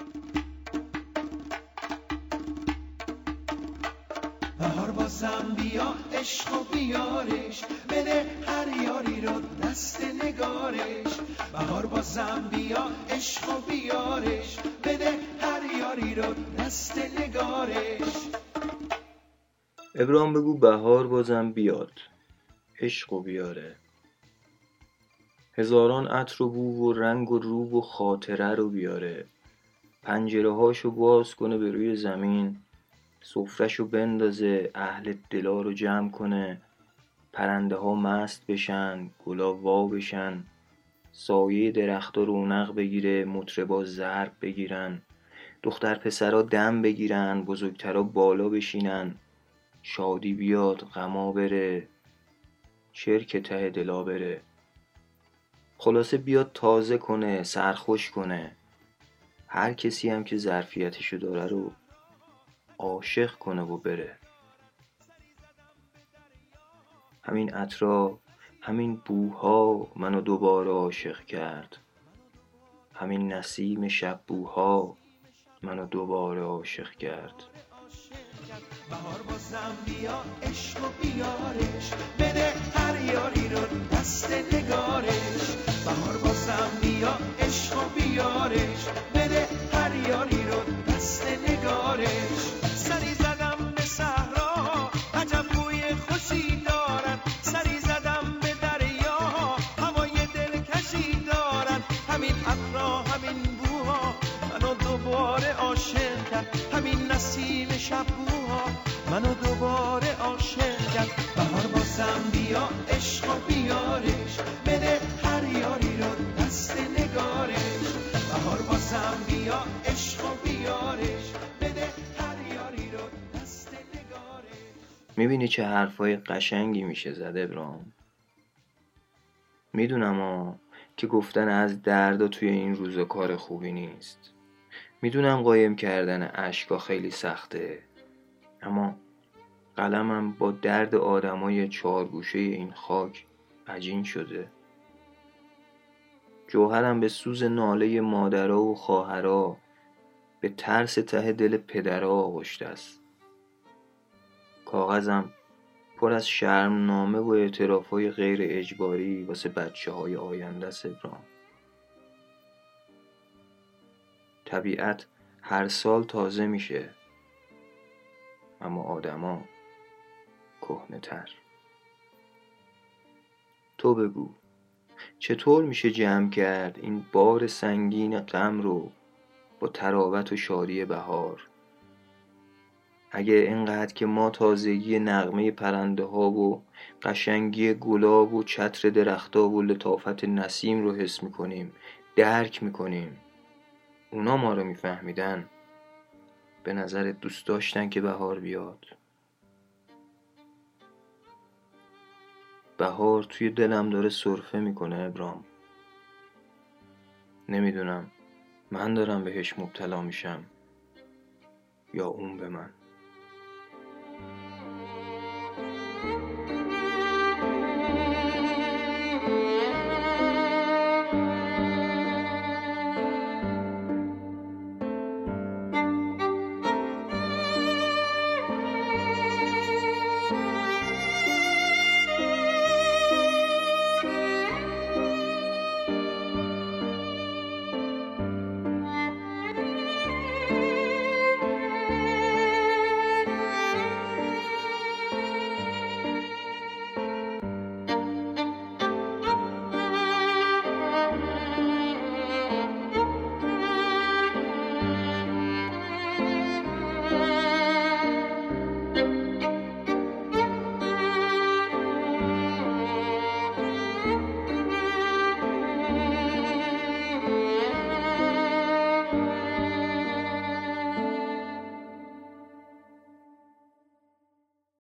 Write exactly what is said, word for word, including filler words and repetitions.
بهار بازم بیا عشق و بیارش، بده هر یاری رو دست نگارش. بهار بازم بیا عشق و بیارش، بده هر یاری رو دست نگارش. ابراهیم بگو بهار بازم بیاد عشق و بیاره، هزاران عطر و بو و رنگ و رو و خاطره رو بیاره. پنجره هاشو باز کنه به روی زمین، سفره‌شو بندازه اهل دلا رو جمع کنه. پرنده ها مست بشن، گلا وا بشن، سایه درختا رونق بگیره، مطربا ضرب بگیرن، دختر پسرا دم بگیرن، بزرگترا بالا بشینن. شادی بیاد غما بره، شرک ته دلا بره. خلاصه بیاد تازه کنه، سرخوش کنه. هر کسی هم که ظرفیتشو داره رو عاشق کنه و بره. همین عطرا، همین بوها منو دوباره عاشق کرد. همین نسیم شب بوها منو دوباره عاشق کرد. بهار بازم بیا عشق و بیارش، بده هر یاری رو دست نگارش. بهار بازم بیا عشق و بیارش، بده هر یاری رو دست نگارش. سری زدم به صحرا عجب بوی خوشی دارن، سری زدم به دریا هوای دلکشی دارن. همین عطرا همین بوها منو دوباره عاشق کرد. همین نسیم شب بوها منو دوباره عاشق کرد. بهار بازم بیا عشق و بیارش، بده هر یاری رو دست نگارش. بهار بازم بیا عشق و بیارش، بده هر یاری رو دست نگارش. میبینی چه حرفای قشنگی میشه زد ابراهیم. میدونم ها که گفتن از دردا توی این روزا کار خوبی نیست. میدونم قایم کردن اشکا خیلی سخته، اما قلمم با درد آدمای چارگوشه این خاک عجین شده. جوهرم به سوز ناله مادرها و خواهرها، به ترس ته دل پدرها آغشته است. کاغذم پر از شرمنامه و اعترافای غیر اجباری واسه بچه های آینده است ابراهیم. طبیعت هر سال تازه میشه، اما آدما کهنه تر. تو بگو چطور میشه جمع کرد این بار سنگین غم رو با تراوت و شادی بهار؟ اگه اینقدر که ما تازگی نغمه پرنده ها و قشنگی گلاب و چتر درختا و لطافت نسیم رو حس میکنیم، درک میکنیم، اونا ما رو میفهمیدن، به نظرت دوست داشتن که بهار بیاد؟ بهار توی دلم داره سرفه میکنه ابرام. نمیدونم من دارم بهش مبتلا میشم یا اون به من.